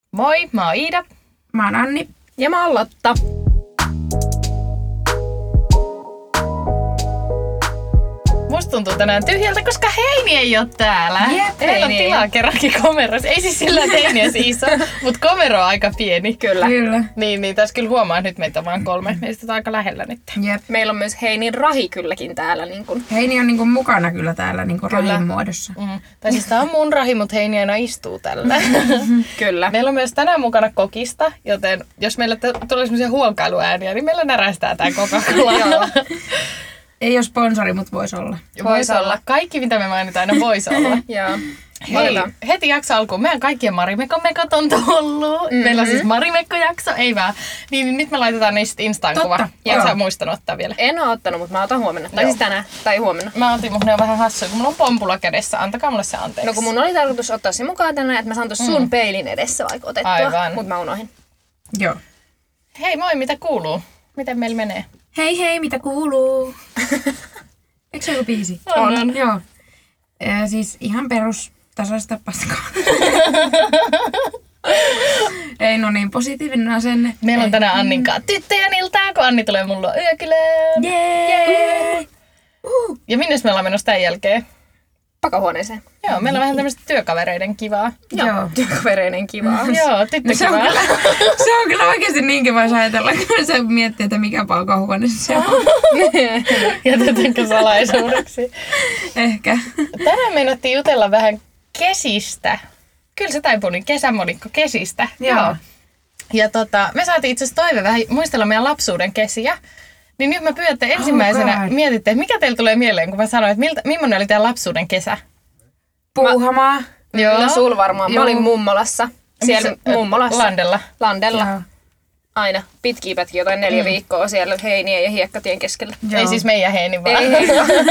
Moi, mä oon Iida. Mä oon Anni. Ja mä oon Lotta. Musta tuntuu tänään tyhjältä, koska Heini ei oo täällä. Jep, Heillä on tilaa kerrankin komerossa. Ei siis sillä, että Heini on iso, mutta komero on aika pieni. Kyllä. Niin tässä kyllä huomaa, että nyt meitä on vaan 3. Meistä on aika lähellä nyt. Jep. Meillä on myös Heinin rahi kylläkin täällä. Niin kun. Heini on niinku mukana kyllä täällä niinku rahin muodossa. Tai siis tää on mun rahi, mutta Heini aina istuu tällä. Kyllä. Meillä on myös tänään mukana kokista, joten jos meillä tulee semmoisia huokailuääniä, niin meillä närästää tää Coca-Cola. Ei ole sponsori, mutta voisi olla. Vois olla. Kaikki, mitä me mainitaan, aina voisi olla. Joo. Hei, heti jakso alkuun. Meidän kaikkien Marimekko-mekot on tullut. Meillä on siis Marimekko-jakso, ei vaan. Niin nyt me laitetaan niistä Instaan kuva. Ja sä muistanut ottaa vielä. En oo ottanut, mutta mä otan huomenna. Tai siis tänään. Tai huomenna. Mä otin, mutta ne on vähän hassuja, kun mulla on pompula kädessä. Antakaa mulle se anteeksi. No kun mun oli tarkoitus ottaa se mukaan tänään, että mä saan sun peilin edessä vaikka otettua. Aivan. Mut mä unohin. Joo. Hei moi, mitä kuuluu? Miten meillä menee? Hei, mitä kuuluu? Eikö se joku biisi? On. Joo. Siis ihan perus tasaista paskaa. Ei no niin, positiivinen asenne. Meillä on tänään Anninkaan tyttöjen iltaa, kun Anni tulee mulla yökylään. Jee! Ja minne me ollaan menossa tämän jälkeen? Pakahuoneeseen. Joo, meillä on vähän tämmöistä työkavereiden kivaa. Joo. Työkavereinen kivaa. Joo, tyttökivaa. Se on kyllä oikeasti niin kiva ajatella, kun se miettii, että mikä paukahuone se on. Jätetäänkö salaisuudeksi? Ehkä. Tänään meinattiin jutella vähän kesistä. Kyllä se taipuu niin kesämonikko kesistä. Joo. Ja me saatiin itse asiassa toive vähän muistella meidän lapsuuden kesiä. Niin nyt mä pyydän, että ensimmäisenä mietitte, että mikä teillä tulee mieleen, kun mä sanoin, että millainen oli teidän lapsuuden kesä? Puuhamaa. Joo. No sul varmaan. Mä olin mummolassa. Siellä mummolassa. Landella. Joo. Aina. Pitkiä pätkiä jotain 4 viikkoa siellä heinien ja hiekkatien keskellä. Ei siis meidän Heini vaan. Ei.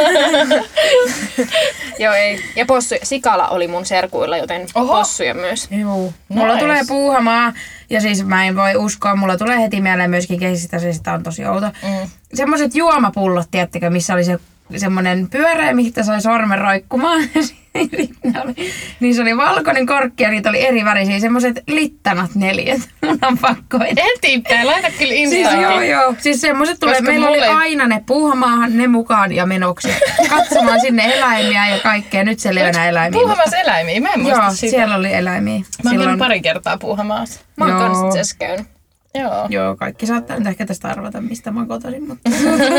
Joo, ei. Ja Sikala oli mun serkuilla, joten possuja myös. Joo. Mulla tulee puuhamaa ja siis mä en voi uskoa, mulla tulee heti mieleen myöskin kesistä, se sitä on tosi outo. Semmoiset juomapullot, tiedättekö, missä oli se semmonen pyöreä, mistä sai sormen roikkumaan. Niin se oli valkoinen korkki ja niitä oli eri värisiä, semmoiset littanat 4. Mun on pakko Eteenpäin, laita kyllä Siis Instaankin. joo. Siis semmoset tulee, Koska meillä mulle oli aina ne puuhamaahan, ne mukaan ja menoksi. Katsomaan sinne eläimiä ja kaikkea. Nyt siellä ei ole enää eläimiä. Puuhamaassa eläimiä, mä en muista Joo, sitä. siellä oli eläimiä. Mä oon käynyt pari kertaa Puuhamaassa. Mä oon kans itse asiassa käynyt. Joo. Joo, kaikki saattaa nyt ehkä tästä arvata, mistä mä kotoisin, mutta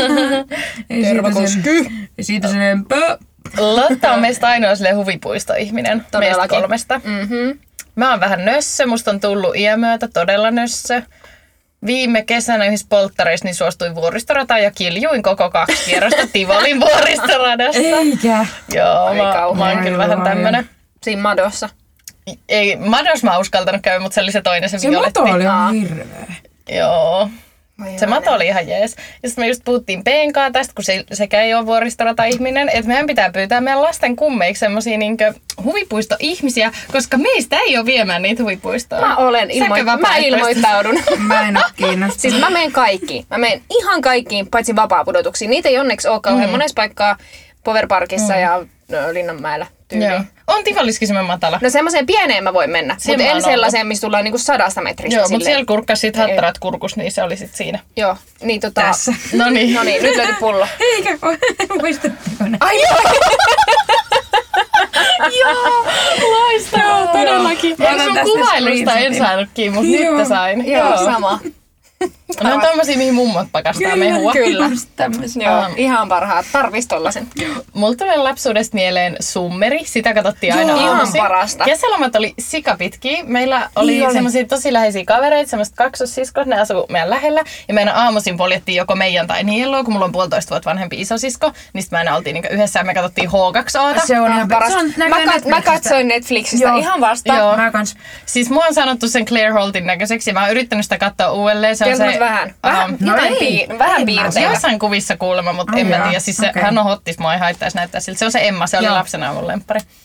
ei siitä sen enempää. Lotta on meistä ainoa huvipuistoihminen meistä 3. Mä oon vähän nössö, musta on tullut iän myötä todella nössö. Viime kesänä yhdessä polttareissa niin suostuin vuoristorataan ja kiljuin koko 2 kierrosta Tivolin vuoristoradassa. Eikä. Joo, mä oon kyllä vähän tämmönen. Siinä madossa. Ei, mados mä oon uskaltanut käydä, mutta se oli se toinen, se violetti. mato oli ihan hirveä. Joo. Se mato oli ihan jees. Ja sitten me just puhuttiin penkaa tästä, kun sekä ei ole vuoristorata-ihminen, että meidän pitää pyytää meidän lasten kummeiksi semmosia niinkö huvipuistoihmisiä, koska meistä ei ole viemään niitä huvipuistoon. Mä olen mä ilmoittaudun. Mä en oo kiinnostunut. Siis mä menen kaikkiin. Mä menen ihan kaikkiin, paitsi vapaapudotuksiin. Niitä ei onneksi ole kauhean monessa paikkaa Powerparkissa ja Linnanmäellä tyyliin. Joo. On Tivolissakin semmoinen matala. No semmoiseen pieneen mä voin mennä, mutta en sellaiseen, missä tullaan niinku 100 metristä. Joo, mutta siellä kurkkas sit hattarat kurkus, niin se oli sit siinä. Joo, niin Tässä. Noniin. Noniin, nyt löytyi pullo. Eikä muistatteko ne? Ai joo! Joo, loistavaa. Todellakin. En sun kuvailusta en saanut kiinni, mutta nyt sain. Joo, sama. Ne on tommosia, mihin mummot pakastaa mehua. Kyllä. Joo. Ihan parhaat. Tarvis tollasen. Mulla tulee lapsuudesta mieleen Summeri. Sitä katsottiin aina Ihan aamuisin. parasta. Kesälomat oli sikapitkiä. Meillä oli semmosia tosi läheisiä kavereita, semmoiset kaksossiskot. Ne asuu meidän lähellä. Ja me aina aamuisin poljettiin joko meidän tai Nielloa, kun mulla on 1,5 vuotta vanhempi isosisko. Niin sit me aina oltiin niinku yhdessä ja me katsottiin H2O:ta. Se on ihan paras. Mä katsoin Netflixistä ihan vasta. Joo. Mä kans. Siis mua on sanottu sen Claire Holtin näköiseksi. Mä oon yrittänyt sitä katsoa uudelleen. Se on se, vähän. No Vähän piirteitä. Jossain kuvissa kuulemma, mutta en mä tiedä. Siis hän on hottis, mua ei haittaisi näyttää siltä. Se on se Emma, se oli lapsena mun lemppari.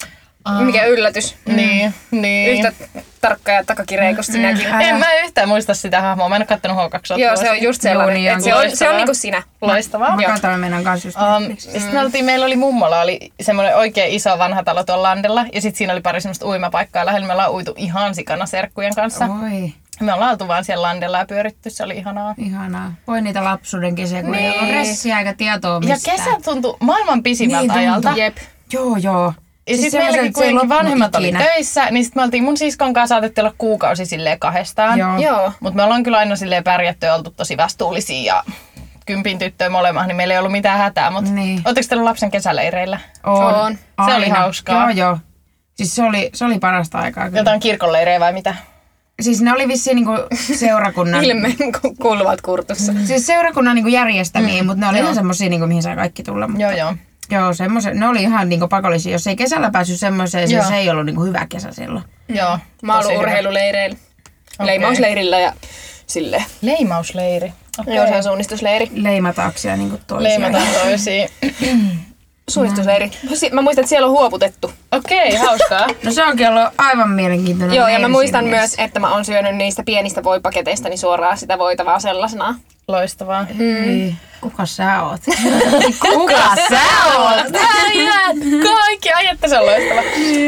Mikä yllätys. Niin. Yhtä tarkka ja takakireä kuin sinäkin. En mä yhtään muista sitä hahmoa. Mä en ole kattonut H2. Joo, se on just sellainen. Et se on niinku sinä. Loistavaa. Mä katsoin meidän kanssa just Sitten meillä oli mummolla oli semmoinen oikein iso vanha talo tuolla landella. Ja sitten siinä oli pari semmoista uimapaikkaa lähellä. Me ollaan uitu ihan sikana serkkujen kanssa. Oi. Me ollaan oltu vaan siellä landella ja pyöritty. Se oli ihanaa. Ihanaa. Voi niitä lapsuuden kesiä, kun ei ollut ressiä eikä tietoa Ja mistään. kesä tuntui maailman pisimmältä Niin ajalta. Jep. Joo. Ja Siis sitten meilläkin semmoiset, se ei kuitenkin loppunut vanhemmat oli ikinä. töissä, niin sitten me oltiin mun siskon kanssa saatettiin olla kuukausi silleen kahdestaan. Joo. Mutta me ollaan kyllä aina silleen pärjätty ja oltu tosi vastuullisia ja kympin tyttöä molemmat, niin meillä ei ollut mitään hätää. Mutta Niin. ootteko teillä lapsen kesäleireillä? On. Se oli Aina. hauskaa. Joo. Siis se oli parasta aikaa kyllä. Jotain kirkonleirejä vai mitä? Siis ne oli vissiin niinku seurakunnan... Ilmeen kuuluvat kurtussa. Siis seurakunnan niinku järjestämiä, mutta ne oli ihan semmosia, niinku, mihin sai kaikki tulla. Mutta Joo. Joo, ne oli ihan niinku pakollisia. Jos ei kesällä päässyt semmoiseen, Joo. se ei ollut niinku hyvä kesä silloin. Joo. Mä oon tosi ollut hyvä. urheiluleireillä. Okei. Leimausleirillä ja silleen. Leimausleiri. Okei. Joo, se on suunnistusleiri. Leimataaksia niinku toisia. Leimataan toisiin. Suunnistusleiri. Mä muistan, että siellä on huoputettu. Okei, hauskaa. No se onkin ollut aivan mielenkiintoinen. Joo, ja mä leiri muistan siinä myös, että mä oon syönyt niistä pienistä voipaketeista niin suoraan sitä voitavaa sellaisena. Loistavaa. mielessä. Kuka sä oot? Kuka sä oot? Äijät! Kaikki ajatte, se on loistava.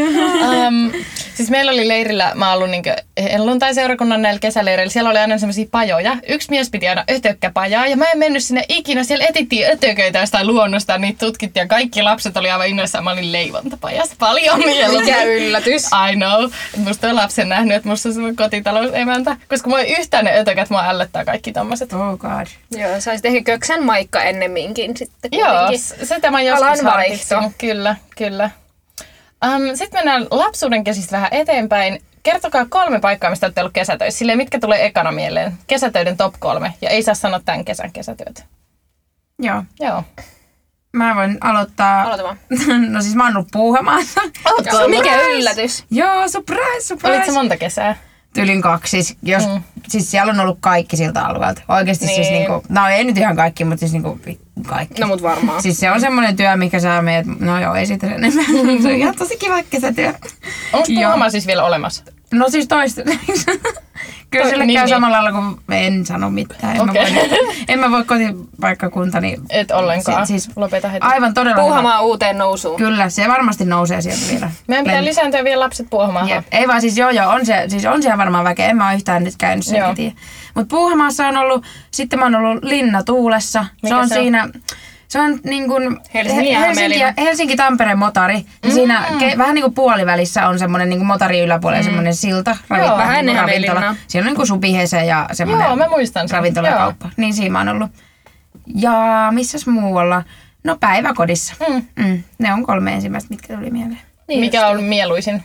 Siis meillä oli leirillä, mä oon ollut niinku helluntai-seurakunnan näillä kesäleireillä, siellä oli aina semmosia pajoja. Yksi mies piti aina ötökkäpajaa ja mä en mennyt sinne ikinä. Siellä etittiin ötököitä jostain luonnosta, niitä tutkittiin ja kaikki lapset oli aivan innoissaan. Mä olin leivontapajassa paljon mieluummin. Mikä yllätys. I know. Musta on lapsen nähnyt, että musta on semmoinen kotitalousemäntä. Koska mä yhtään ne ötökät, mua ällöttää kaikki tommoset. Oh god. Joo, sä olisit ehkä köksän Maikka ennemminkin sitten Joo, kuitenkin. sitä mä joskus Alan vaihto. harkitsin. Kyllä. Sitten mennään lapsuuden kesistä vähän eteenpäin. Kertokaa 3 paikkaa, mistä olette ollut kesätöissä. Silleen, mitkä tulee ekana mieleen? Kesätöiden top 3. Ja ei saa sanoa tämän kesän kesätyöt. Joo. Joo. Mä voin aloittaa. Aloita vaan. No siis mä oon ollut puuhamaassa. Mikä yllätys. Joo, surprise. Olitko monta kesää? Tyylin 2. Siis siellä on ollut kaikki siltä alueelta. Oikeesti Niin. siis niinku, no ei nyt ihan kaikki, mutta siis niinku kaikki. No mut varmaan. Siis se on semmoinen työ, mikä saa meidät, no joo, ei siitä enemmän. Se on ihan tosi kiva kesätyö. Onko Joo. puuhamaa siis vielä olemassa? No siis toistaiseksi. Kyllä sille Niin, käy niin. samalla lailla kuin en sano mitään. En mä voi kotipaikkakuntani. Et ollenkaan. Siis Lopeta heti. aivan todella hyvä. Puuhamaa uuteen nousuun. Kyllä, se varmasti nousee sieltä vielä. Meidän pitää lisääntyä vielä lapset puuhamaahan. Jep. Ei vaan siis joo, on siellä varmaan väkeä. En mä ole yhtään nyt käynyt sen Joo. takia. Mutta Puuhamaassa on ollut, sitten mä oon ollut Linnatuulessa. Mikä se on se on? siinä, se on niin kuin Helsinki ja Hämeenlinna. Helsinki-Tampereen motari. Ja siinä vähän niin kuin puolivälissä on semmoinen niin kuin motari yläpuolella semmoinen silta. Joo, vähän ennen ravintola. Hämeenlinnaa. Siinä on niin kuin supihese ja semmoinen Joo, mä muistan sen. ravintola ja Joo. kauppa. Niin siinä mä oon ollut. Ja missäs muualla? No päiväkodissa. Ne on 3 ensimmäistä, mitkä tuli mieleen. Niin Mikä on mieluisin?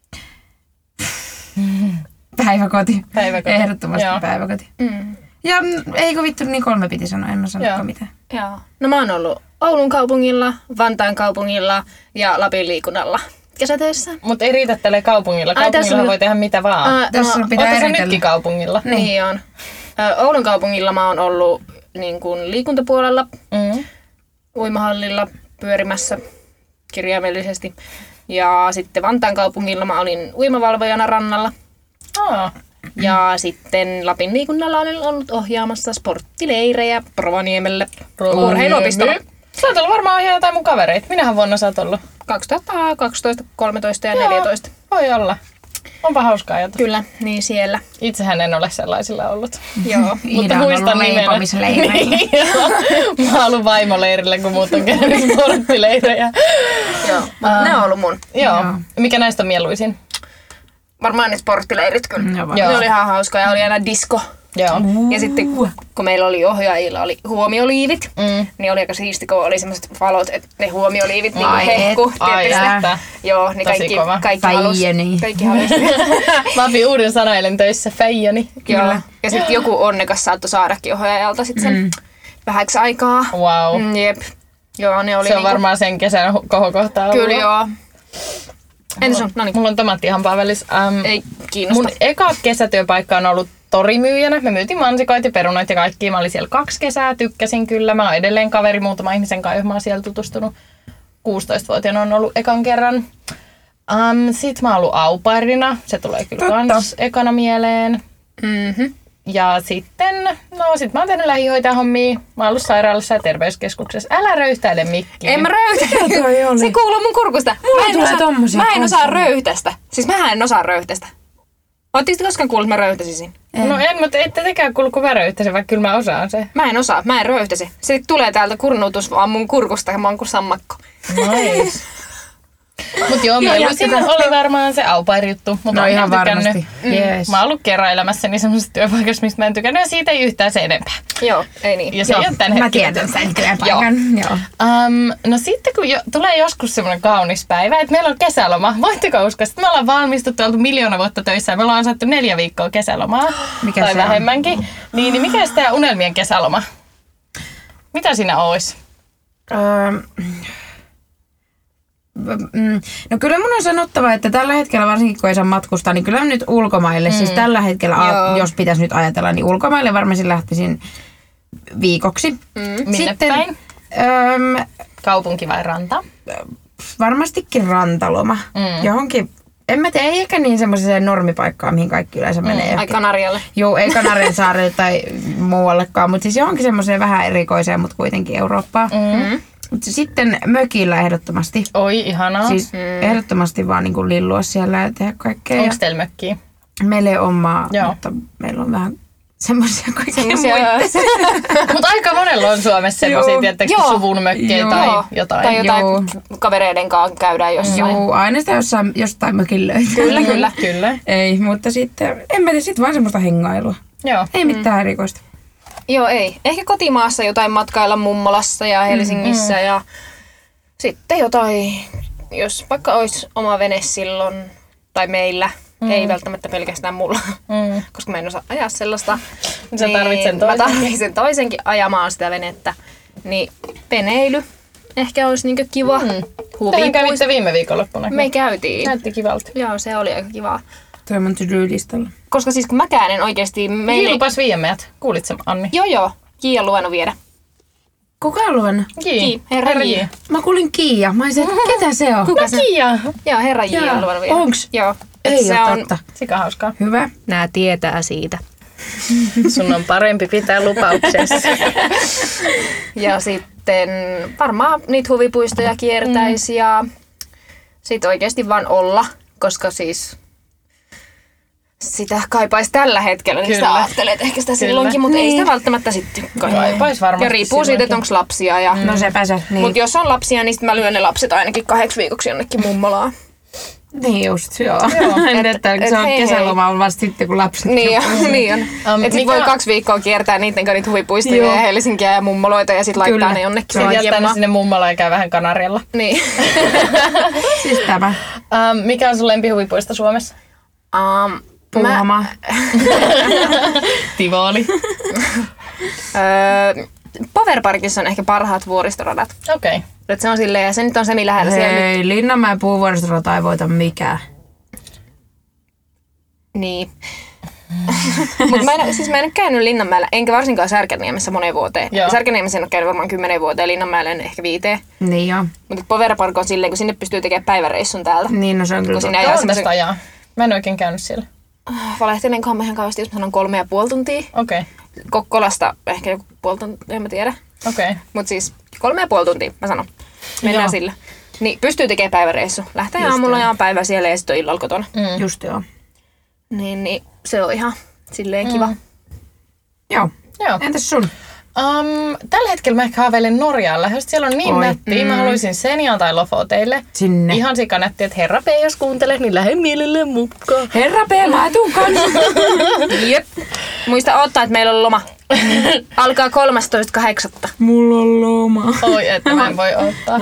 Päiväkoti. Päiväkoti. Ehdottomasti Joo. päiväkoti. Ja eikö vittu, niin 3 piti sanoa, en mä Joo. sanokaan mitään. Joo. No mä oon ollut Oulun kaupungilla, Vantaan kaupungilla ja Lapin liikunnalla kesätöissä. Mutta ei riitä tälle kaupungilla. Ai, tässä Kaupungilla on- voi tehdä mitä vaan. Tässä no, pitää Oletko sä eritellä. nytkin kaupungilla? niin on. Oulun kaupungilla mä oon ollut niin kuin liikuntapuolella, uimahallilla pyörimässä kirjaimellisesti. Ja sitten Vantaan kaupungilla mä olin uimavalvojana rannalla. Ja sitten Lapin liikunnalla olen ollut ohjaamassa sporttileirejä Rovaniemelle urheiluopistolla. Sä oot ollut varmaan ohjaa jotain mun kavereita. Minähän vuonna sä oot ollut? 2012, 13 ja 14. Voi olla. Onpa hauskaa ajatus. Kyllä, niin siellä. Itsehän en ole sellaisilla ollut. Joo. Iida on ollut leipomisleireillä. Niin, joo. Mä oon ollut vaimoleirillä, kun muut on käynyt sporttileirejä. Joo, mutta ne on ollut mun. Joo. Mikä näistä on mieluisin? Varmaan ne sporttileirit kyllä. Joo. Ne oli ihan hauskoja. Oli aina disco. Joo. Ja sitten kun meillä oli ohjaajilla oli huomioliivit, niin oli aika siisti, kun oli semmoiset valot, että ne huomioliivit niin Ai hehku. ai tietysti. että. Joo, niin Tosi kova. kaikki halusi. Fäijäni. Kaikki halusi. Mä opin uuden sanailen töissä, fäijäni. Joo. Ja sitten joku onnekas saattoi saadakin ohjaajalta sit sen vähäksi aikaa. Wow. Jep. Joo, ne oli Se on varmaan sen kesän kohokohtaa ollut. Kyllä joo. Entäs on? No niin. Mulla on tomaattihampaa välissä. Ei kiinnosta. Mun eka kesätyöpaikka on ollut torimyyjänä. Me myytiin mansikoita ja perunoita ja kaikkia. Mä olin siellä 2 kesää, tykkäsin kyllä. Mä oon edelleen kaveri muutama ihmisen kanssa, johon mä oon siellä tutustunut. 16-vuotiaana on ollut ekan kerran. Sit mä oon ollut aupairina. Se tulee kyllä kans ekana mieleen. Mm-hmm. Ja sitten, sit mä oon tehnyt lähihoitajahommia. Mä oon ollut sairaalassa ja terveyskeskuksessa. Älä röyhtäile mikkiin. En mä röyhtäile. Se kuuluu mun kurkusta. Mä en osaa röyhtästä. Siis mä en osaa röyhtästä. Ootteko te koskaan kuullut, että mä röyhtäsisin? No en, mutta ette tekään kuulu, kun mä röyhtäisin, vaikka kyllä mä osaan se. Mä en röyhtäisi. Se tulee täältä kurnuutus vaan mun kurkusta ja mä oon kuin sammakko. Nice. Mut joo, mieluisin oli varmaan se aupair-juttu. No ihan varmasti. Yes. Mä oon ollut kerran elämässäni semmoisessa työpaikassa, mistä mä en tykännyt, ja siitä ei yhtään se enempää. Joo, ei niin. Ja se on tän mä tiedän sen työpaikan. Joo. No sitten kun tulee joskus semmoinen kaunis päivä, että meillä on kesäloma. Voitteko uskoa? Sitten me ollaan valmistuttu, oltu 1 vuotta töissä ja me ollaan saattu 4 viikkoa kesälomaa. Mikä tai se vähemmänkin. On? Niin mikä olisi tää unelmien kesäloma? Mitä siinä olisi? No kyllä mun on sanottava, että tällä hetkellä varsinkin kun ei saa matkustaa, niin kyllä nyt ulkomaille, siis tällä hetkellä, jos pitäisi nyt ajatella, niin ulkomaille varmasti lähtisin viikoksi. Minne päin? Kaupunki vai ranta? Varmastikin rantaloma. Johonkin, en mä tiedä, ei ehkä niin semmoiseen normipaikkaan, mihin kaikki yleensä menee. Ai Kanarialle. Joo, ei Kanarian saarelle tai muuallekaan, mutta siis johonkin semmoiseen vähän erikoiseen, mutta kuitenkin Eurooppaan. Mutta sitten mökillä ehdottomasti. Oi, ihanaa. Siis ehdottomasti vaan niin kuin lillua siellä ja tehdä kaikkea. Onko teillä mökkiä? Meillä ei ole omaa, mutta meillä on vähän semmoisia kaikkea muita. Mutta aika monella on Suomessa semmoisia, tiettäkö suvun mökkejä tai jotain. Tai jotain kavereiden kanssa käydään jossain. Joo, aina sitä jostain mökin löytää. Kyllä. Ei, mutta sitten, en mä tiedä, sit vaan semmoista hengailua. Joo. Ei mitään erikoista. Joo, ei. Ehkä kotimaassa jotain matkailla Mummolassa ja Helsingissä ja sitten jotain, jos vaikka olisi oma vene silloin, tai meillä, ei välttämättä pelkästään mulla, koska mä en osaa ajaa sellaista. Sä tarvitsen mä tarvitsen toisenkin ajamaan sitä venettä. Niin veneily ehkä olisi niinku kiva. Tehän kävitte viime viikonloppuna. Me käytiin. Näytti kivalta. Joo, se oli aika kivaa. Toi on mun to-do-listalla. Koska siis kun mäkään en oikeesti... Kiia lupas viedä meidät. Kuulit sen, Anni? Joo. Kiia on luvannut viedä. Kuka on luvannut? Herra J. Mä kuulin Kiia. Mä olisin, että ketä se on? Kuka se? Kiia. Joo, herra J on luvannut viedä. Onks? Joo. Ei se ole totta. Sika hauskaa. Hyvä. Nää tietää siitä. Sun on parempi pitää lupauksessa. Ja sitten varmaan niitä huvipuistoja kiertäisi ja sit oikeesti vaan olla, koska siis sitä kaipaisi tällä hetkellä, niin sitä ajattelet ehkä sitä silloinkin, mutta ei sitä välttämättä sitten kaipaisi varmasti. Ja riippuu siitä, että onko lapsia. Ja no sepä se. Niin. Mutta jos on lapsia, niin sitten mä lyön ne lapset ainakin 8 viikoksi jonnekin mummolaan. Niin just, joo. Että se on kesäloma on vasta sitten, kun lapset niin on. Että sit voi 2 viikkoa kiertää niiden kanssa niitä huvipuistoja ja Helsinkiä ja mummoloita ja sit laittaa ne jonnekin. Se jättää ne sinne mummolaan ja käy vähän Kanarialla. Niin. Siis tämä. Mikä on sun lempihuvipuisto Suomessa? Puuhamaa. Tivoli. Powerparkissa on ehkä parhaat vuoristoradat. Okei. Se on silleen, ja se nyt on semi-lähellä siellä. Hei, Linnanmäen puuvuoristorata ei voita mikään. Niin. Mutta mä en ole käynyt Linnanmäellä, enkä varsinkaan Särkänniemessä moneen vuoteen. Särkänniemessä en ole käynyt varmaan 10 vuoteen, Linnanmäellä en ehkä 5. Niin joo. Mutta Powerpark on silleen, kun sinne pystyy tekemään päiväreissun täältä. Niin, no se on kyllä totta. Ajaa. Mä en oikein käynyt siellä. Valehtelenkohan mä ihan kauheasti, jos mä sanon 3,5 tuntia. Okei. Kokkolasta ehkä joku puoli tuntia, en mä tiedä. Okei. Mut siis 3,5 tuntia, mä sanon. Mennään sillä. Niin pystyy tekemään päiväreissu. Lähtee aamulla ja on päivä siellä ja sitten on illalla kotona. Just joo. Niin se on ihan silleen kiva. Joo. Entäs sun? Tällä hetkellä mä ehkä haaveilen Norjaan lähdöstä. Siellä on niin nättiä. Mä haluaisin Senjaan tai Lofoteille. Sinne. Ihan sikanättiä, että herra P, jos kuuntelet, niin lähde mielelleen mukaan. Herra P, mä tuun kanssa. Jep. Muista odottaa, että meillä on loma. Alkaa 13.8. Mulla on loma. Oi, että mä en voi odottaa.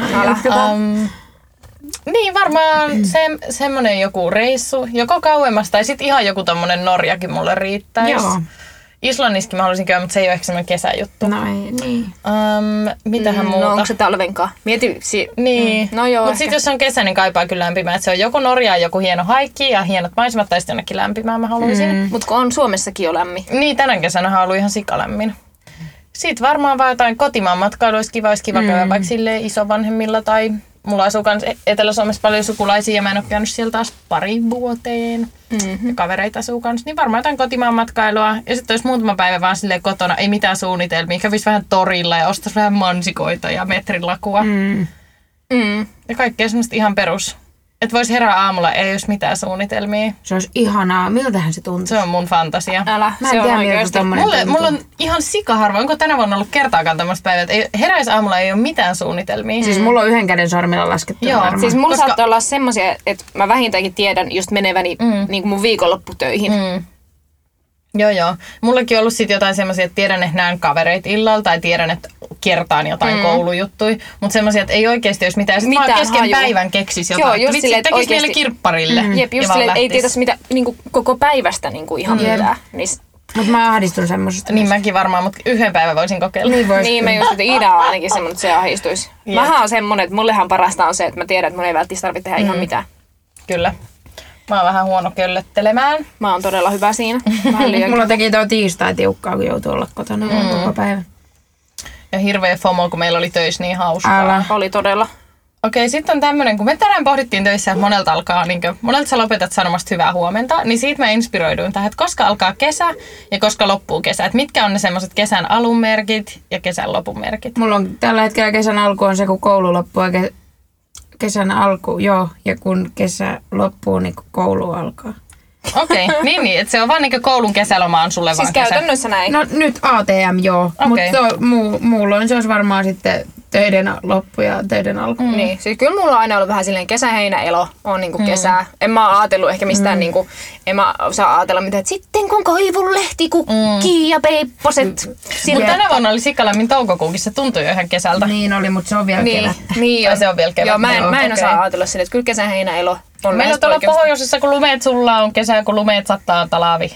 Niin, varmaan semmonen joku reissu. Joko kauemmas tai sit ihan joku tommonen Norjakin mulle riittäisi. Joo. Islannissakin mä haluaisin käydä, mutta se ei ole ehkä semmoinen kesäjuttu. No ei, niin. Mitähän muuta? No onko se talvenkaan? Mieti. Niin. No joo. Mutta sitten jos on kesä, niin kaipaa kyllä lämpimää. Et se on joko Norjaa, joku hieno haikki ja hienot maisemat, tai sitten jonnekin lämpimää mä haluaisin. Mutta kun on Suomessakin jo lämmin. Niin, tänä kesänä on ollut ihan sikalämmin. Sitten varmaan vaan jotain kotimaan matkailu olisi kiva käydä vaikka silleen isovanhemmilla tai mulla asuu kans Etelä-Suomessa paljon sukulaisia ja mä en ole käynyt siellä taas pari vuoteen. Ja kavereita asuu kans, niin varmaan jotain kotimaan matkailua. Ja sitten olisi muutama päivä vaan silleen kotona, ei mitään suunnitelmia. Kävisi vähän torilla ja ostaisi vähän mansikoita ja metrilakua. Ja kaikkea semmoista ihan perus. Että voisi herää aamulla, ei olisi mitään suunnitelmia. Se olisi ihanaa. Miltähän se tuntuu? Se on mun fantasia. Älä, Mä en tiedä, miltä tommonen tuntuu. Mulla on ihan sikaharva. Onko tänä vuonna ollut kertaakaan tämmöistä päivää, että heräisi aamulla, ei ole mitään suunnitelmia. Siis mulla on yhden käden sormilla laskettu varmaan. Siis mulla saattaa olla semmosia, että mä vähintäänkin tiedän just meneväni niin kuin mun viikonlopputöihin. Joo. Mullakin on ollut sit jotain semmoisia, että tiedän, että näen kavereita illalla tai tiedän, että kertaan jotain koulujuttui. Mutta semmoisia, että ei oikeasti olisi mitään. Sitten vaan kesken haju. Päivän keksisi jotain. Joo, just silleen, tekisi oikeasti meille kirpparille. Jep, just silleen, ei tietäisi mitä niinku, koko päivästä niinku, ihan mitään. Mutta mä ahdistun semmosesta. Niin mäkin varmaan, mutta yhden päivän voisin kokeilla. Niin mä just, että Iida on ainakin semmoinen, että se ahdistuisi. Mähän on semmoinen, että mullehan parasta on se, että mä tiedän, että mun ei välttämättä tarvitse tehdä ihan mitään. Kyllä. Mä oon vähän huono köllöttelemään. Mä oon todella hyvä siinä. Mulla teki tuo tiistai tiukkaa, kun joutui olla kotona koko päivä. Ja hirveä FOMO, kun meillä oli töissä niin hauskaa. Älä. Oli todella. Okei, sitten on tämmönen, kun me tänään pohdittiin töissä, että monelta alkaa, monelta sä lopetat sanomasta hyvää huomenta, niin siitä mä inspiroiduin tähän, että koska alkaa kesä ja koska loppuu kesä. Että mitkä on ne semmoiset kesän alun merkit ja kesän lopun merkit. Mulla on tällä hetkellä kesän alku on se, kun koulu loppuu ja kesän alku, joo. Ja kun kesä loppuu, niin kun koulu alkaa. Okei, niin, että se on vaan niin koulun kesäloma on sulle Siis vaan kesä. käytännössä näin. No nyt ATM, joo. Mutta muulloin se olisi varmaan sitten töiden loppu ja töiden alku. Niin, siis kyllä mulla on aina ollut vähän silleen kesä, heinä, elo on niinku kesää. En mä ajatellut ehkä mistään niinku, en mä osaa ajatella mitään, että sitten kun koivunlehti kukkii ja peipposet. Mutta tänä vuonna oli sikalämmin toukokuukin, se tuntui jo ihan kesältä. Niin oli, mutta se on vielä kevättä. Niin, ja se on vielä kevättä. Joo, mä en osaa ajatella sille, että kyllä kesä, heinä, elo on meillä on tuolla pohjoisessa, kun lumeet sulla on kesä, kun lumeet sattaa talavi.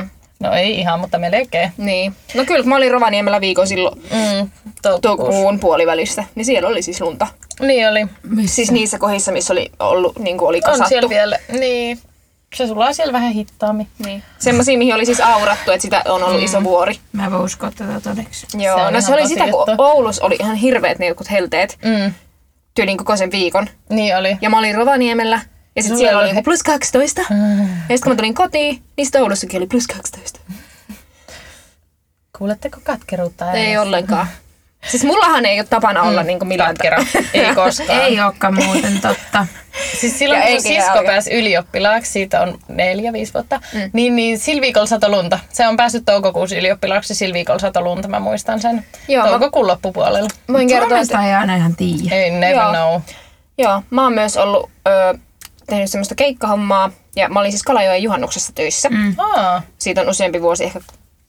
No ei ihan, mutta melkein. Niin. No kyllä, kun mä olin Rovaniemellä viikon silloin toukokuun puolivälissä, niin siellä oli siis lunta. Niin oli. Siis niissä kohdissa, missä oli ollut, niin kuin oli kasattu. On siellä vielä, niin. Se sulaa siellä vähän hittaammin. Niin. Semmosia, mihin oli siis aurattu, että sitä on ollut iso vuori. Mä voin uskoa tätä todeksi. Joo, se oli sitä, kun Oulussa oli ihan hirveät ne jotkut helteet. Tyylin koko sen viikon. Niin oli. Ja mä olin Rovaniemellä. Ja sit siellä oli plus 12. Ja sit kun mä tulin kotiin, niin sit Oulussakin oli plus 12. Kuuletteko katkeruutta? Ei ollenkaan. Siis mullahan ei ole tapana olla niinku millään katkera. Ei koskaan. Ei olekaan muuten totta. Siis silloin kun sisko pääsi ylioppilaaksi, siitä on 4-5 vuotta, niin sillä viikolla sato lunta. Se on päässyt toukokuussa ylioppilaaksi, sillä viikolla sato lunta, mä muistan sen. Joo, toukokuun loppupuolella. Voin kertoa, Suomesta ei aina ihan tiedä. Ei never know. Joo, mä oon myös ollut tehnyt semmoista keikkahommaa, ja mä olin siis Kalajoen juhannuksessa töissä. Siitä on useampi vuosi, ehkä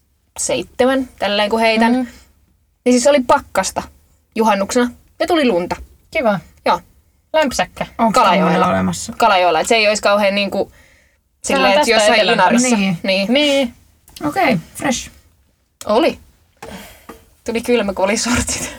7, tälleen kun heitän. Niin siis oli pakkasta juhannuksena, ja tuli lunta. Kiva. Joo. Lämpsäkkä. Onko Kalajoella olemassa? Kalajoella, että se ei olisi kauhean niinku silleen, että jossain Inarissa. Niin. Okei, fresh. Oli. Tuli kylmä, kun oli sortsit.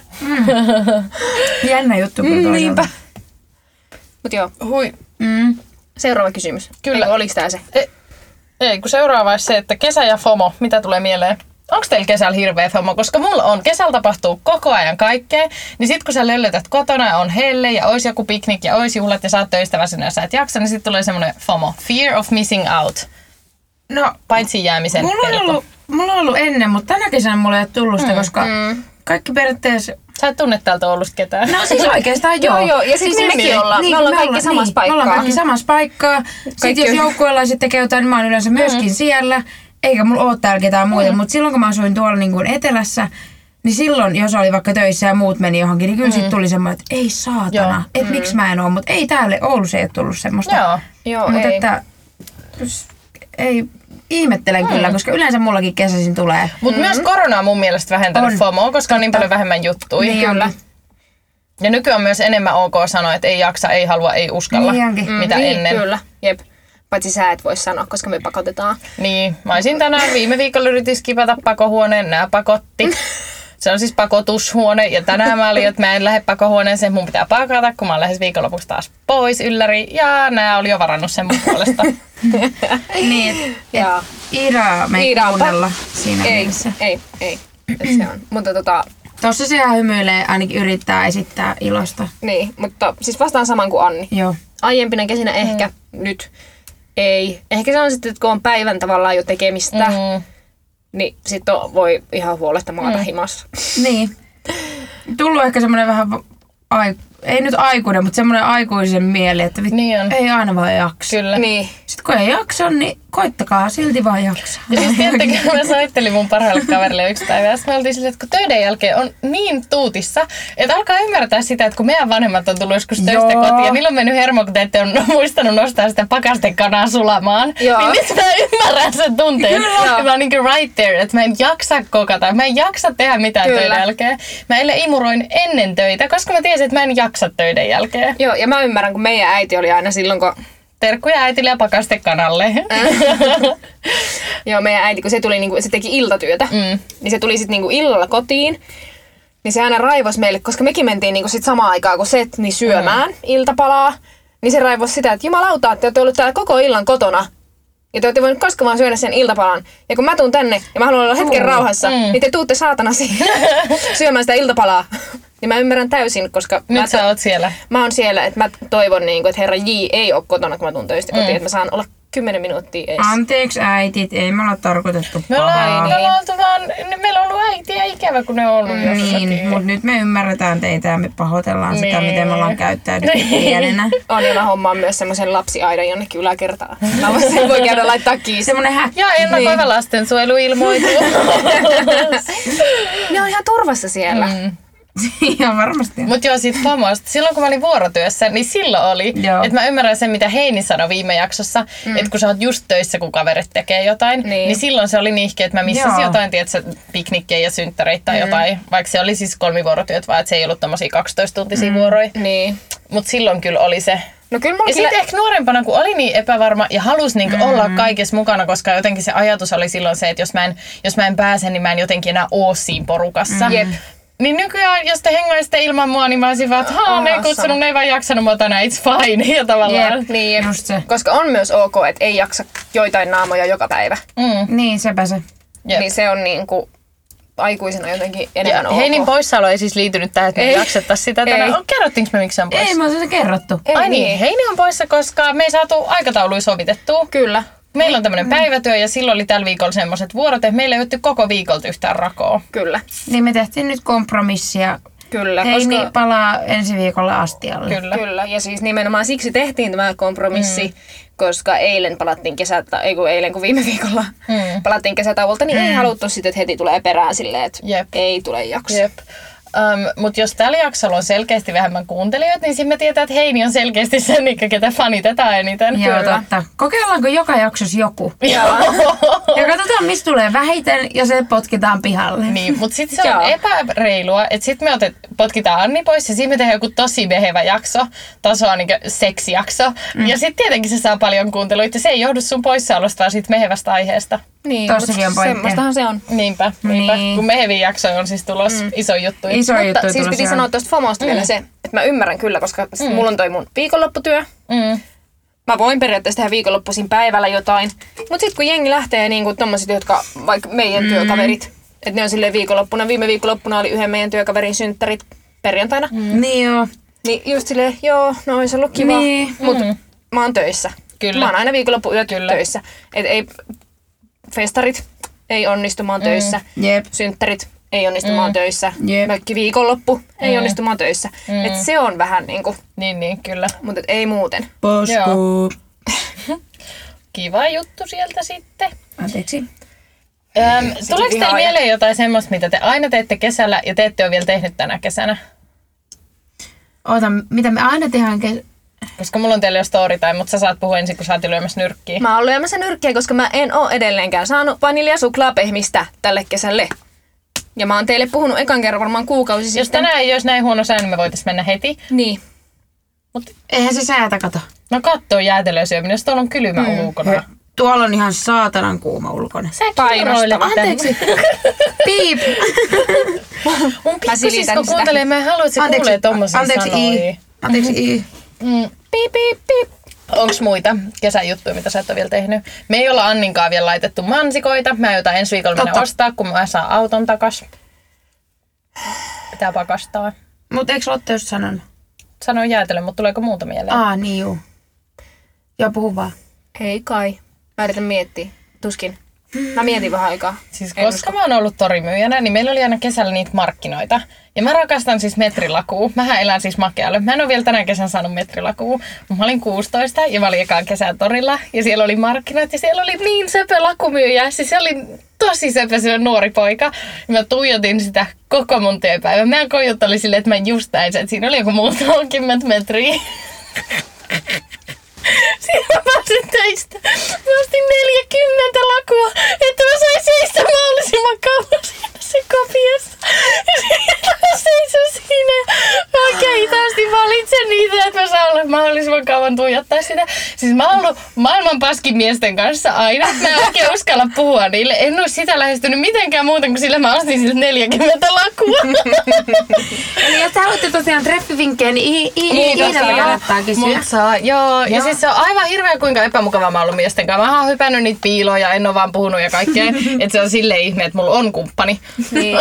Jännä juttu kyllä. Niinpä. Mut joo. Hui. Seuraava kysymys. Kyllä. Oliks tää se? Ei, kun seuraava olisi se, että kesä ja FOMO, mitä tulee mieleen? Onko teillä kesällä hirveä FOMO? Koska mulla on. Kesällä tapahtuu koko ajan kaikkea. Niin sit kun sä löllötät kotona ja on helle ja ois joku piknik ja ois juhlat ja sä oot töistä väsynyt ja sä et jaksa, niin sit tulee semmonen FOMO. Fear of missing out. No, paitsi jäämisen pelko. Mulla on ollut ennen, mutta tänä kesänä mulla ei ole tullut sitä, koska kaikki periaatteessa... Sä et tunne täältä Oulusta ketään. No siis oikeastaan joo. Joo, ja siis mekin ollaan. Me ollaan kaikki samassa paikkaa. Me ollaan kaikki samassa paikkaa. Sitten jos joukkueella tekee jotain, niin mä oon yleensä myöskin siellä. Eikä mulla oo täällä ketään muuta. Mutta silloin kun mä asuin tuolla niin kuin etelässä, niin silloin jos oli vaikka töissä ja muut meni johonkin, niin kyllä sit tuli semmoinen, että ei saatana. Että miksi mä en oo. Mutta ei täällä Oulussa ei ole tullut semmoista. Joo, mutta ei. Että ei... Ihmettelen kyllä, koska yleensä mullakin kesäisin tulee. Mutta myös korona on mun mielestä vähentänyt FOMOa, koska on niin paljon vähemmän juttuja. Niin kyllä. Ja nykyään on myös enemmän ok sanoa, että ei jaksa, ei halua, ei uskalla, mitä ennen. Kyllä, jep. Paitsi sä et voi sanoa, koska me pakotetaan. Niin, mä olisin tänään viime viikolla yritin skipata pakohuoneen, nää pakotti. Se on siis pakotushuone ja tänään mä olin, että mä en lähde pakohuoneeseen, mun pitää pakata, kun mä oon lähes viikonlopuksi taas pois ylläri. Ja nää oli jo varannut sen mun puolesta. Niin, Iida me ei kuunnella siinä mielessä. Ei. Se on. Mutta Tossa sehän hymyilee, ainakin yrittää esittää ilosta. Niin, mutta siis vastaan saman kuin Anni. Joo. Aiempina kesinä ehkä, nyt ei. Ehkä se on sitten, että kun on päivän tavallaan jo tekemistä, niin sitten voi ihan huoletta maata himassa. Niin. Tullut ehkä semmoinen vähän, ei nyt aikuinen, mutta semmoinen aikuisen mieli, että Niin ei aina vaan jaksa. Kyllä. Niin. Sitten kun ei jaksa, niin koittakaa silti vaan jaksaa. Ja siis tietenkin mä soittelin mun parhaalle kaverille yksi päivä ja me oltiin silleen, että kun töiden jälkeen on niin tuutissa, että alkaa ymmärtää sitä, että kun meidän vanhemmat on tullut joskus töistä kotiin ja niillä on mennyt hermo, kun te ette ole muistanut nostaa sitä pakastekanaa sulamaan, Joo. niin nyt mä ymmärrän sen tunteen. Ja mä oon niin kuin right there, että mä en jaksa kokata, mä en jaksa tehdä mitään töiden jälkeen. Mä eilen imuroin ennen töitä, koska mä tiesin, että mä en jaksa töiden jälkeen. Joo, ja mä ymmärrän, kun meidän äiti oli aina silloin, kun... Terkkuja äitille ja pakastekanalle. Joo, meidän äiti, kun se tuli, se teki iltatyötä, niin se tuli sitten illalla kotiin, niin se aina raivos meille, koska mekin mentiin sit samaan aikaan kuin se, niin syömään iltapalaa, niin se raivos sitä, että jumalauta, että te olette olleet täällä koko illan kotona, ja te olette voineet koskaan vaan syödä sen iltapalan. Ja kun mä tuun tänne, ja mä haluan olla hetken rauhassa, niin te tuutte saatana siihen syömään sitä iltapalaa. Niin mä ymmärrän täysin, koska... Nyt sä oot siellä. Mä oon siellä, että mä toivon, että herra J ei ole kotona, kun mä tuun töistä kotiin, että mä saan olla 10 minuuttia edes. Anteeksi äitit, ei me olla tarkoitettu Me pahaa. meillä on ollut äitiä ikävä, kun ne on ollut jossakin. Niin, mutta nyt me ymmärretään teitä ja me pahoitellaan sitä, miten me ollaan käyttäydytty pienenä. On, ja mä hommaan myös semmoisen lapsiaidan jonnekin yläkertaan. Mä sen voi käydä laittaa kiinni. Semmoinen häkki. Ja ennakoiva lastensuojeluilmoitus. Ne on ihan turvassa siellä. Joo, varmasti. Mutta joo, siitä pomosta. Silloin kun mä olin vuorotyössä, niin silloin oli. Että mä ymmärrän sen, mitä Heini sanoi viime jaksossa. Että kun sä oot just töissä, kun kaverit tekee jotain, niin silloin se oli niihkeä, että mä missasin jotain, tiedätkö, piknikkejä ja synttäreitä tai jotain. Vaikka se oli siis 3-vuorotyöt, vaan että se ei ollut tommosia 12-tuntisia vuoroja. Niin. Mutta silloin kyllä oli se. No kyllä Ja sitten ehkä nuorempana, kun oli niin epävarma ja halusi niinku olla kaikessa mukana, koska jotenkin se ajatus oli silloin se, että jos mä en pääse, niin mä en jotenkin enää oo siinä porukassa. Jep. Niin nykyään, jos te hengaisitte ilman mua, niin mä olisin vaan, että ne ei kutsunut, ne ei vaan jaksanut mua tänään, it's fine. Ja tavallaan. Jep, niin, Just se. koska on myös ok, että ei jaksa joitain naamoja joka päivä. Niin, sepä se. Jep. Niin se on niinku aikuisena jotenkin enemmän ok. Heinin poissaolo ei siis liitynyt tähän, että me ei jaksettaisi sitä tänään. Kerrottiinko me, miksi se on poissa? Ei, me ollaan sitä kerrottu. Ai niin, Heini on poissa, koska me ei saatu aikatauluja sovitettua. Kyllä. Meillä on tämmöinen päivätyö ja silloin oli tällä viikolla semmoiset vuorot, että meillä ei otettu koko viikolta yhtään rakoa. Kyllä. Niin me tehtiin nyt kompromissia. Kyllä. Heini palaa ensi viikolla astialle. Kyllä. Kyllä. Ja siis nimenomaan siksi tehtiin tämä kompromissi, koska eilen palattiin eilen kun viime viikolla palattiin kesätauolta, niin ei haluttu sitten, että heti tulee perään silleen, että ei tule jakso. Jep. Mutta jos tällä jaksolla on selkeästi vähemmän kuuntelijoita, niin sitten me tietää, että Heini on selkeästi sen, ketä fanitetaan eniten. Joo, totta. Kokeillaanko joka jaksossa joku? Joo. Ja katsotaan, mistä tulee vähiten ja se potkitaan pihalle. Niin, mutta sitten se on epäreilua, että sitten me potkitaan Anni pois ja siinä me tehdään joku tosi mehevä jakso, tasoa niin seksijakso. Ja sitten tietenkin se saa paljon kuunteluita. Se ei johdu sun poissaolosta, vaan siitä mehevästä aiheesta. Niin, tossakin on pointteja. Semmoistahan se on. Niinpä. Niin. Kun meheviä jaksoja on siis tulos iso juttu. Mutta siis piti sanoa tuosta FOMOsta vielä se, että mä ymmärrän kyllä, koska mulla on toi mun viikonlopputyö. Mä voin periaatteessa tehdä viikonloppuisin päivällä jotain. Mutta sitten kun jengi lähtee niinku tommoset, jotka vaikka meidän työkaverit, että ne on silleen viikonloppuna. Viime viikonloppuna oli yhden meidän työkaverin synttärit perjantaina. Niin joo. Niin just silleen, joo, no olisi ollut kiva, Niin. mutta mä oon töissä. Kyllä. Mä oon aina viikonloppuyöt töissä. Et ei, festarit ei onnistu, mä oon töissä. Jep. Synttärit ei onnistu, mä oon töissä. Jep. Mökki viikonloppu ei onnistu, mä oon töissä. Et se on vähän niinku, Niin, kyllä. mutta ei muuten. Posku. Kiva juttu sieltä sitten. Anteeksi. Tuleeko teille mieleen jotain semmoista, mitä te aina teette kesällä ja te ette ole vielä tehnyt tänä kesänä? Oota, mitä me aina tehdään Koska mulla on teille jo story time, mutta sä saat puhua ensin, kun sä oot lyömässä nyrkkiä. Mä oon lyömässä nyrkkiä, koska mä en oo edelleenkään saanut vaniljasuklaapehmistä tälle kesälle. Ja mä oon teille puhunut ekan kerran varmaan kuukausi sitten. Jos tänään ei olisi näin huono sää, niin me voitais mennä heti. Niin. Eihän se säätä kato. No kattoo jäätelöä syöminen, jos tuolla on kylmä ulkona. Tuolla on ihan saatanan kuuma ulkona. Sä Painostava. Anteeksi. Piip. Mun pikkusisko kuuntelee, mä en halua, että se kuulee tommosia sanoja. Anteeksi I. Piip, piip, piip. Onks muita kesäjuttuja, mitä sä et ole vielä tehnyt? Me ei olla Anninkaan vielä laitettu mansikoita. Mä aiotaan ensi viikolla mennä ostaa, kun mä saan auton takas. pitää pakastaa. Mutta eikö Lotte just sanonut? Sanoin jäätele, mutta tuleeko muuta mieleen? Niin juu. Joo, puhu vaan. Ei kai. Mä yritän miettiä. Tuskin. Mä mietin vähän aikaa. Siis koska mä oon ollut torimyyjänä, niin meillä oli aina kesällä niitä markkinoita. Ja mä rakastan siis metrilakua. Mähän elän siis makealle. Mä en ole vielä tänä kesän saanut metrilakua. Mä olin 16 ja mä olin ekaan kesän torilla. Ja siellä oli markkinat ja siellä oli niin söpö lakumyyjä. Siis se oli tosi söpö sillä nuori poika. Ja mä tuijotin sitä koko mun työpäivän. Mä koijuttelin silleen, että mä just näin sen, että siinä oli joku muutama 10 metriä. Siinä mä pääsin töistä. Mä ostin 40 lakua, että mä sain seistä mahdollisimman kauan siinä kopiassa. Ja sitten mä seison siinä ja mä oikein hitaasti valitsen niitä, että mä saan olla mahdollisimman kauan tuijottaa sitä. Siis mä oon ollut maailman paskin miesten kanssa aina. Mä en oikein uskalla puhua niille. En oo sitä lähestynyt mitenkään muuten kuin sillä mä ostin sille 40 lakua. Eli jos te haluatte tosiaan treffivinkkejä, niin Iidalla kannattaa kysyä. Mut saa, joo. Ja siis se on aivan hirveä kuinka epämukavaa mä oon ollut miesten kanssa. Mä oon hypännyt niitä piiloja ja en oo vaan puhunut ja kaikkea. Että se on silleen ihme, että mulla on kumppani. Niin.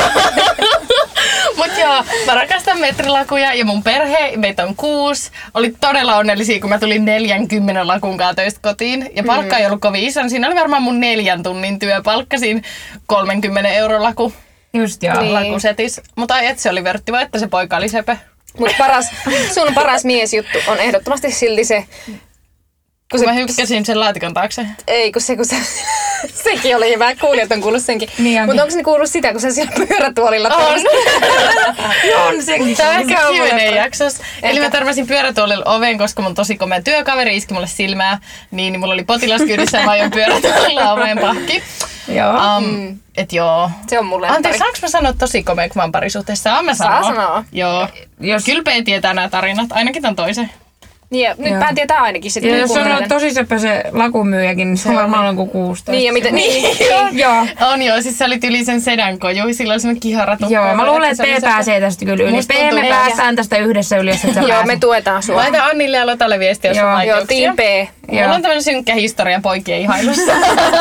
Mut joo, mä rakastan metrilakuja ja mun perhe, meitä on 6, oli todella onnellisia, kun mä tulin 40 lakunkaan töistä kotiin. Ja palkka ei ollut kovin iso, siinä oli varmaan mun 4 tunnin työpalkka siinä 30 € laku. Just joo. Niin. Lakusetis. Mutta ai et se oli vörtti, vai että se poika oli sepä. Mut sun paras miesjuttu on ehdottomasti silti se... Kun mä hykkäsin sen laatikon taakse. Ei, kun se sekin oli hyvä. Kuulijat on kuullut senkin. Niin Mutta onko ne kuullut sitä, kun sä siellä pyörätuolilla on. On sekin. Tämä on ehkä Q&A jaksos. Eli mä törmäsin pyörätuolilla oveen, koska mun tosi komea työkaveri iski mulle silmää. Niin mulla oli potilas kyydissä ja mä ajoin pyörätuolilla oveen pahki. Joo. Et joo. Se on mulle. Anteeksi, saanko mä sanoa tosi komea kuvan parisuhteessa? Mä Saa sanoa. Joo. Kyllä P tietää nämä tarinat. Ainakin tämän toisen. Niin ja nyt Pää tietää ainakin sit. Ja jos on tosi sepä se lakumyyjäkin, niin se on varmaan ollut kuin 16. Niin ja mitä? Niin. Joo. On joo, siis se oli tyli sen sedän koju. Sillä oli semmoinen kiharatukka. Joo, mä luulen, että P pääsee tästä kyllä yli. P me päästään tästä yhdessä yli, jos et sä Joo, me tuetaan sua. Laita Annille ja Lotalle viestiä, jos on vaikeuksia. Joo, Team P. Mulla on tämmönen synkkä historia poikien ihailussa.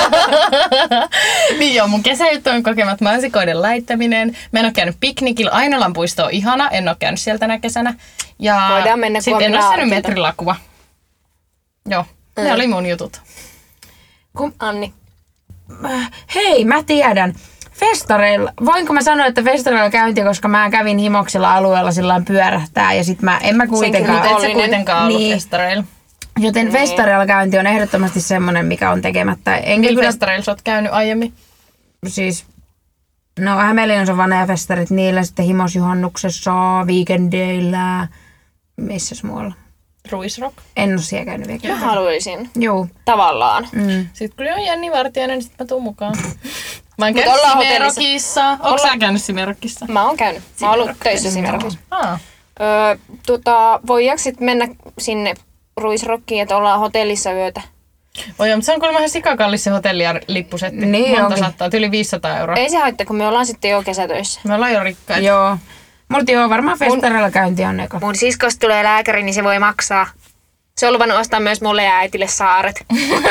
Niin joo, mun kesäjuttu on kokemat mansikoiden laittaminen. Mä en oo käynyt piknikillä. Ainolan puisto on ihana, en oo käynyt siellä tänä kesänä. Ja voidaan mennä sit en oo saanut metrilakua. Joo, ne oli mun jutut. Anni. Hei, mä tiedän. Festareilla, voinko mä sanoa, että festareilla käynti, koska mä kävin Himoksella alueella sillain pyörähtää ja sit en mä kuitenkaan... Et sä kuitenkaan ollut festareilla. Joten festareilla käynti on ehdottomasti semmonen, mikä on tekemättä. Millä festareilla sä oot käynyt aiemmin? Siis, no Hämeenlinnassa on Vanea-festarit, niillä sitten Himosjuhannuksessa, Weekendeillä, missäs muualla? Ruisrock. En oo siellä käynyt vielä. Mä haluaisin. Joo. Tavallaan. Sitten kun on Jenni Vartiainen, niin sit mä tuun mukaan. Mä oon käynyt Simerokissa. Ootko sä käynyt Simerokissa? Mä oon käynyt. Mä oon ollut töissä Simerokissa. Voidaanko sit mennä sinne Ruisrockiin, että ollaan hotellissa yötä? Oi, mutta se on kuulemma ihan sikakallis se hotelli ja lippusetti. Niin monta sattaa, yli 500 €. Ei se haittaa, kun me ollaan sitten jo kesätöissä. Me ollaan jo rikkaita. Joo. Mutta joo, varmaan festareilla käynti on eka. Mun siskosta tulee lääkäri, niin se voi maksaa. Se on luvannut ostaa myös mulle ja äitille saaret.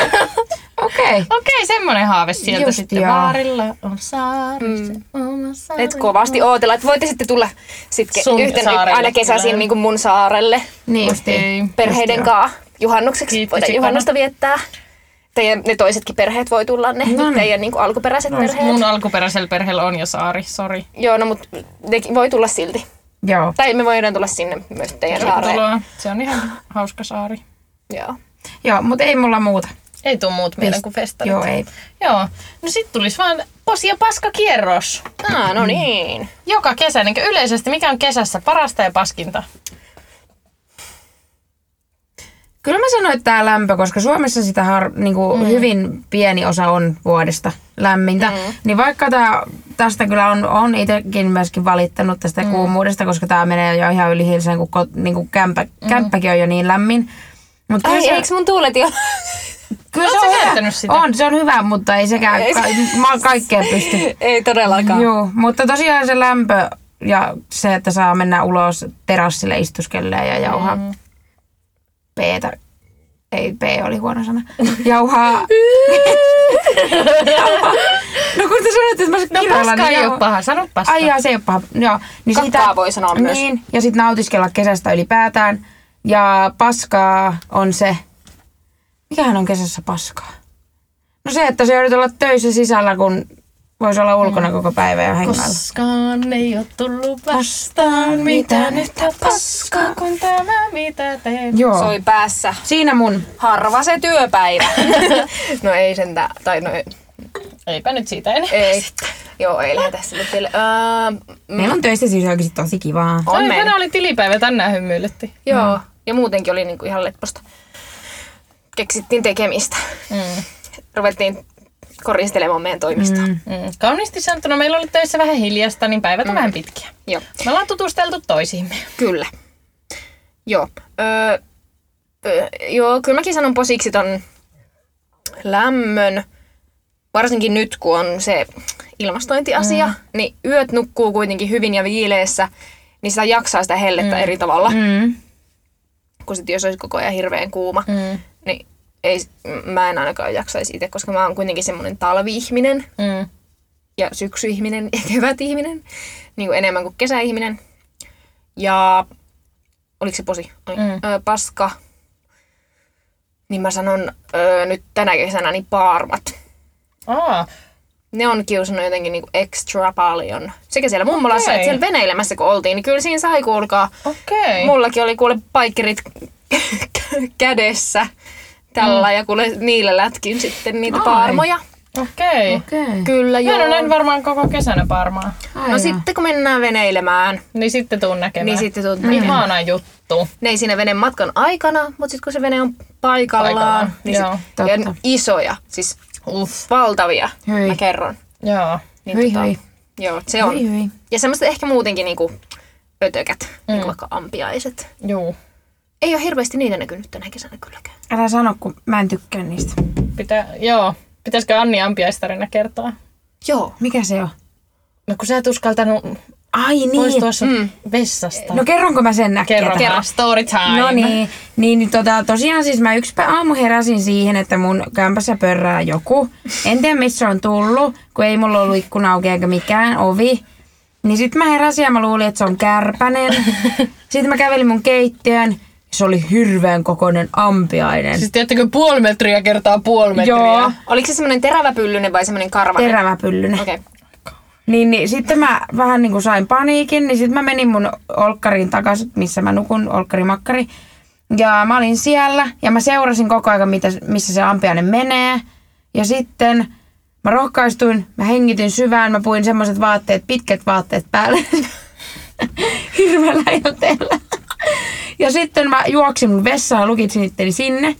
Okei, semmonen haave sieltä just sitten. joo. Vaarilla on saari, oma saari. Et kovasti ootella, että voitte sitten tulla aina kesäisin niin kuin mun saarelle. Niin justiin. Perheiden kaa juhannukseksi. Voidaan juhannusta viettää. Teidän, ne toisetkin perheet voi tulla, teidän niin kuin alkuperäiset perheet. Mun alkuperäisellä perheellä on jo saari, sori. Joo, no mut ne voi tulla silti. Joo. Tai me voidaan tulla sinne myös teidän saareen. Se on ihan hauska saari. Joo, mutta ei mulla muuta. Ei tuu muut mieleen kuin festarit. Joo, ei. Joo. No sit tulis vaan posi- ja paskakierros. No niin. Joka kesä, niin yleisesti, mikä on kesässä parasta ja paskinta? Kyllä mä sanoin, että tää lämpö, koska Suomessa sitä hyvin pieni osa on vuodesta lämmintä. Niin vaikka tästä kyllä on itsekin myöskin valittanut tästä kuumuudesta, koska tää menee jo ihan yli hilseen, kun niinku kämppäkin on jo niin lämmin. Mut Eikö mun tuulet jo? Kyllä se on hyvä, mutta ei sekään kaikkeen pysty. Ei todellakaan. Joo, mutta tosiaan se lämpö ja se, että saa mennä ulos terassille istuskelleen ja jauhaa P-tä. Ei, P oli huono sana. Jauhaa. No kun tässä sanoit, että mä olisin No kirjoilla. paska ei ole paha, sano paska. Ai jaa, se ei ole paha. Joo. Niin Kakkaa voi sanoa myös. Niin, ja sitten nautiskella kesästä ylipäätään. Ja paskaa on se... Mikähän on kesässä paskaa? No se, että se joudut olla töissä sisällä, kun voisi olla ulkona koko päivä ja hengailla. Koskaan ei ole tullut vastaan mitään yhtä paskaa kuin tämä, mitä teen. Joo. Soi päässä. Siinä mun. Harva se työpäivä. No ei sentään. Tai no Eipä nyt siitä enää. ei. Joo, ei lähdetä sille teille. Meillä on töissä siis oikeasti tosi kivaa. On meillä. Tänään oli tilipäivä, tänään hymyilyttiin. Joo. Ja muutenkin oli niinku ihan lepposta. Keksittiin tekemistä. Ruvettiin koristelemaan meidän toimistoa. Kauniisti sanottuna meillä oli töissä vähän hiljasta, niin päivät on vähän pitkiä. Joo. Me ollaan tutusteltu toisiimme. Kyllä. Joo. Joo, kyllä mäkin sanon posiksi ton lämmön. Varsinkin nyt, kun on se ilmastointiasia, niin yöt nukkuu kuitenkin hyvin ja viileessä, niin sitä jaksaa sitä hellettä eri tavalla. Kun sitten jos olisi koko ajan hirveän kuuma, niin mä en ainakaan jaksaisi itse, koska mä oon kuitenkin semmoinen talvi-ihminen ja syksy-ihminen ja kevät-ihminen, niin kuin enemmän kuin kesäihminen. Ja oliko se posi? Paska. Niin mä sanon nyt tänä kesänä niin paarmat. Ne on kiusannut jotenkin niinku extra paljon. Sekä siellä mummolassa että siellä veneilemässä kun oltiin, niin kyllä siinä sai kuulkaa. Mullakin oli kuule paikkerit kädessä tällä ja kuule niillä lätkin sitten niitä paarmoja. Okei. Kyllä joo. Mä en ole näin varmaan koko kesänä parmaa. No sitten kun mennään veneilemään. Niin sitten tuun näkemään. Ihana juttu. Ne ei siinä veneen matkan aikana, mutta sitten kun se vene on paikallaan. Niin joo. ja isoja, siis valtavia, mä kerron. Joo. Niin Hyi. Joo, se on. Hyi. Ja semmoista ehkä muutenkin niinku ötökät, niinku vaikka ampiaiset. Joo. Ei ole hirveästi niitä näkynyt tänä kesänä kylläkään. Älä sano, kun mä en tykkää niistä. Pitäisikö Anni ampiaistarina kertoa? Joo. Mikä se on? No kun sä et uskaltanut Ai poistua sun vessasta. No kerronko mä sen äkkiä? Kerro. Story time. No niin tosiaan siis mä yksi aamu heräsin siihen, että mun kämpässä pörrää joku. En tiedä missä on tullut, kun ei mulla ollut ikkuna auki eikä mikään ovi. Niin sit mä heräsin ja mä luulin, että se on kärpänen. Sitten mä kävelin mun keittiön. Se oli hirveän kokoinen ampiainen. Siis tiedättekö 0,5 metriä kertaa 0,5 metriä? Joo. Oliko se semmoinen teräväpyllynen vai semmoinen karvanen? Teräväpyllynen. Okei. Niin sitten mä vähän niin kuin sain paniikin, niin sitten mä menin mun olkkariin takaisin, missä mä nukun, olkkarimakkari. Ja mä olin siellä ja mä seurasin koko ajan, missä se ampiainen menee. Ja sitten mä rohkaistuin, mä hengityin syvään, mä puin semmoiset vaatteet, pitkät vaatteet päälle. Hirveällä joteella. Ja sitten mä juoksin mun vessaan ja lukitsin itteni sinne.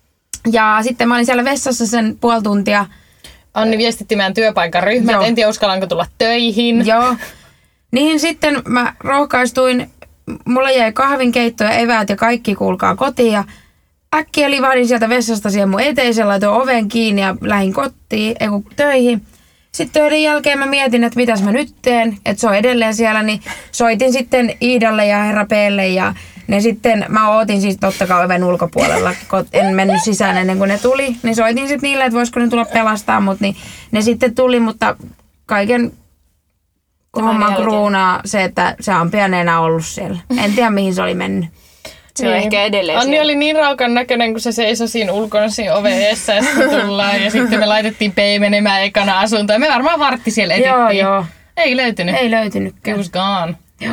Ja sitten mä olin siellä vessassa sen puoli tuntia. Anni viestitti meidän työpaikan ryhmät, en tiedä uskallanko tulla töihin. Joo. Niin sitten mä rohkaistuin, mulla jäi kahvinkeitto ja eväät ja kaikki kuulkaa kotiin. Ja äkkiä livahdin sieltä vessasta siihen mun eteiseen, laitoin oven kiinni ja lähdin kotiin, töihin. Sitten töiden jälkeen mä mietin, että mitäs mä nyt teen, että se on edelleen siellä, niin soitin sitten Iidalle ja Herra P:lle ja ne sitten, mä ootin siis totta kai oven ulkopuolella, kun en mennyt sisään ennen kuin ne tuli, niin soitin sitten niille, että voisiko ne tulla pelastaa, mutta niin ne sitten tuli, mutta kaiken homman kruunaa se, että se ampiainen ei enää ollut siellä. En tiedä mihin se oli mennyt. Se on ehkä edelleen Anni oli niin raukan näköinen, kun se seisoi siinä ulkona siinä oven edessä ja sitten tullaan. Ja sitten me laitettiin P menemään ekana asuntoon. Me varmaan vartti siellä etittiin. Joo. Ei löytynyt. Ei löytynytkään. It was gone. Joo.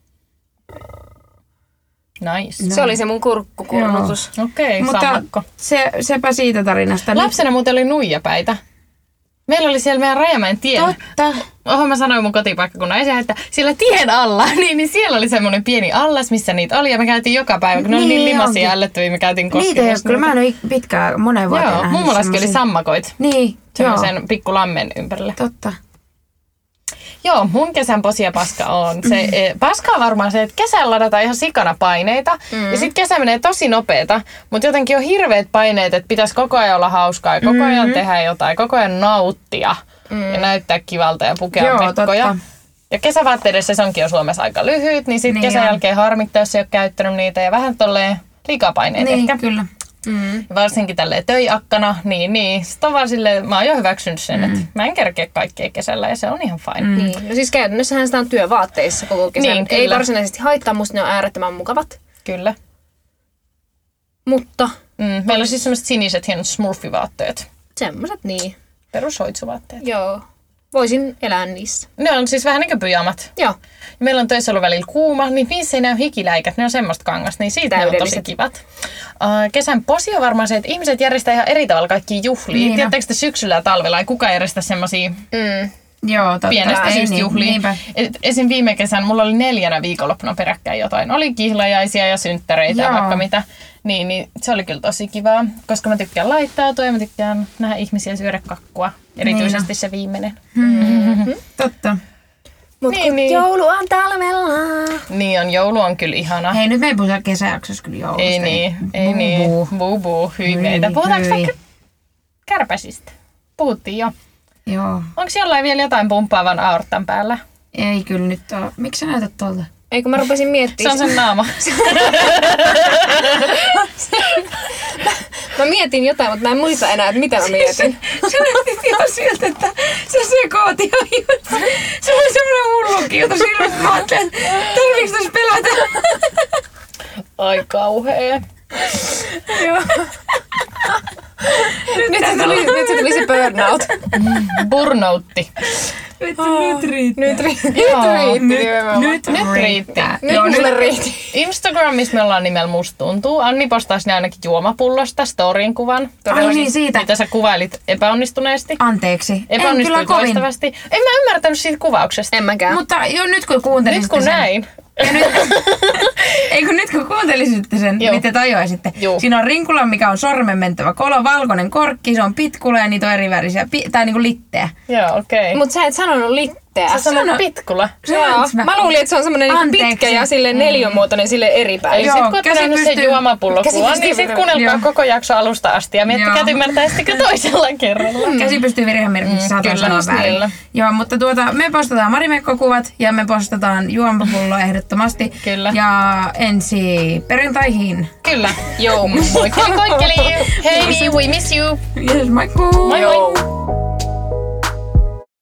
Nice. Se oli se mun kurkkukurnutus. Okei, Mutta sammakko. sepä siitä tarinasta. Lapsena muuten oli nuijapäitä. Meillä oli siellä meidän Rajamäen tiellä. Totta. Mä sanoin mun kotipaikkakunnan esiin, että siellä tien alla, niin siellä oli semmoinen pieni allas, missä niitä oli. Ja me käytiin joka päivä, kun ne oli niin limaisia ällöttäviä, me käytiin koskemassa. Niitä ei ole, kyllä mä en ole pitkään, monen vuoteen Joo, nähnyt mummolassakin oli sammakoit. Niin, semmoisen pikku lammen ympärille. Totta. Joo, mun kesän posi ja paska on. Paska on varmaan se, että kesällä ladataan ihan sikana paineita. Ja sit kesä menee tosi nopeeta, mutta jotenkin on hirveät paineet, että pitäisi koko ajan olla hauskaa ja koko ajan tehdä jotain, koko ajan nauttia ja näyttää kivalta ja pukea mekkoja. Totta. Ja kesävaatteiden sesonkin on Suomessa aika lyhyt, niin sitten kesän jälkeen harmittaa, jos ei ole käyttänyt niitä ja vähän tolleen liikapaineet niin, ehkä. Kyllä. Varsinkin tälleen töiakkana, niin. Sitten on vaan silleen, mä oon jo hyväksynyt sen, että mä en kerkeä kaikkea kesällä ja se on ihan fine. Niin. No siis käytännössähän sitä on työvaatteissa koko kesän. Niin, ei kyllä. varsinaisesti haittaa, musta ne on äärettömän mukavat. Kyllä. Mutta Meillä on siis semmoiset siniset hienot smurfivaatteet. semmoset niin. Perushoitsuvaatteet. Joo. Voisin elää niissä. Ne on siis vähän niin kuin pyjamat. Joo. Meillä on töissä ollut välillä kuuma, niin niissä ei näy hikiläikät, ne on semmoista kangasta, niin siitä ne on tosi kivat. Kesän posi on varmaan se, että ihmiset järjestää ihan eri tavalla kaikkia juhlia. Niin Tiedättekö, että syksyllä ja talvella ei kukaan järjestä semmoisia Joo, totta. pienestä syystä juhlia. Niinpä. Esim. Viime kesän mulla oli 4 viikonloppuna peräkkäin jotain. Oli kihlajaisia ja synttäreitä ja vaikka mitä. Niin se oli kyllä tosi kivaa, koska mä tykkään laittautua ja mä tykkään nähdä ihmisiä syödä kakkua. Erityisesti se viimeinen. Totta. Mutta Niin. joulu on talvella. Niin on, joulu on kyllä ihana. Hei, nyt me ei puhuta kesäjaksossa kyllä joulusta. Ei niin. Buu, hymeitä. Puhutaanko vaikka kärpäsistä? Puhuttiin jo. Joo. Onko jollain vielä jotain pumppaavan aortan päällä? Ei kyllä nyt ole. Miksi sä näytät tuolta? Eikö mä rupesin Se miettimään? on sen naama. Mä mietin jotain, mutta mä en muista enää, että mitä mä mietin. Sä näytit ihan siltä, että sä sekoot ihan juttu. Se oli semmoinen hullukin, jota silloin mä ajattelin, että tarviiks tässä pelätä? Ai kauhea. Joo. Nyt se tuli se burnout. Burnoutti. Nyt riittää. Nyt riitti nimenomaan. Nyt riitti. Nyt mulle riitti. Instagramissa me ollaan nimellä Musta tuntuu. Anni postasi ne ainakin juomapullosta storyin kuvan. Ai niin, siitä. Mitä sä kuvailit epäonnistuneesti. Anteeksi. En Epäonnistui kyllä kovin. toistavasti. En mä ymmärtänyt siitä kuvauksesta. En mäkään. Mutta jo nyt kun kuuntelisitte Nyt kun sen. näin. Nyt kun kuuntelisitte sen, Joo. niin te tajuaisitte. Joo. Siinä on rinkula, mikä on sormen mentävä kolo, valkoinen korkki, se on pitkula ja niitä on eri värisiä. Tai niinku litteä. Joo, okei. Mut sä et sanonut litteä. Sä sanoit pitkula. Joo, mä luulin, että se on semmonen niinku Anteeksi. pitkä ja silleen neliömuotoinen sille eri päin. Eli Joo, sit kun käsi olette nähnyt sen pystyy- juomapullokuvan, käsi niin sit pystyy- kuunnelkaa Joo. koko jakso alusta asti ja miettikää, Joo. että ymmärtäisittekö toisella kerralla. Käsi pystyy virhemerkiksi, saatan kyllä, sanoa just väärin. niillä. Joo, mutta me postataan Marimekko-kuvat ja me postataan juomapullo ehdottomasti. Kyllä. Ja ensi perjantaihin. Kyllä. Joo. Moikkeli! Hei, we miss you! Yes, moikkuu! Moi moi! Joo.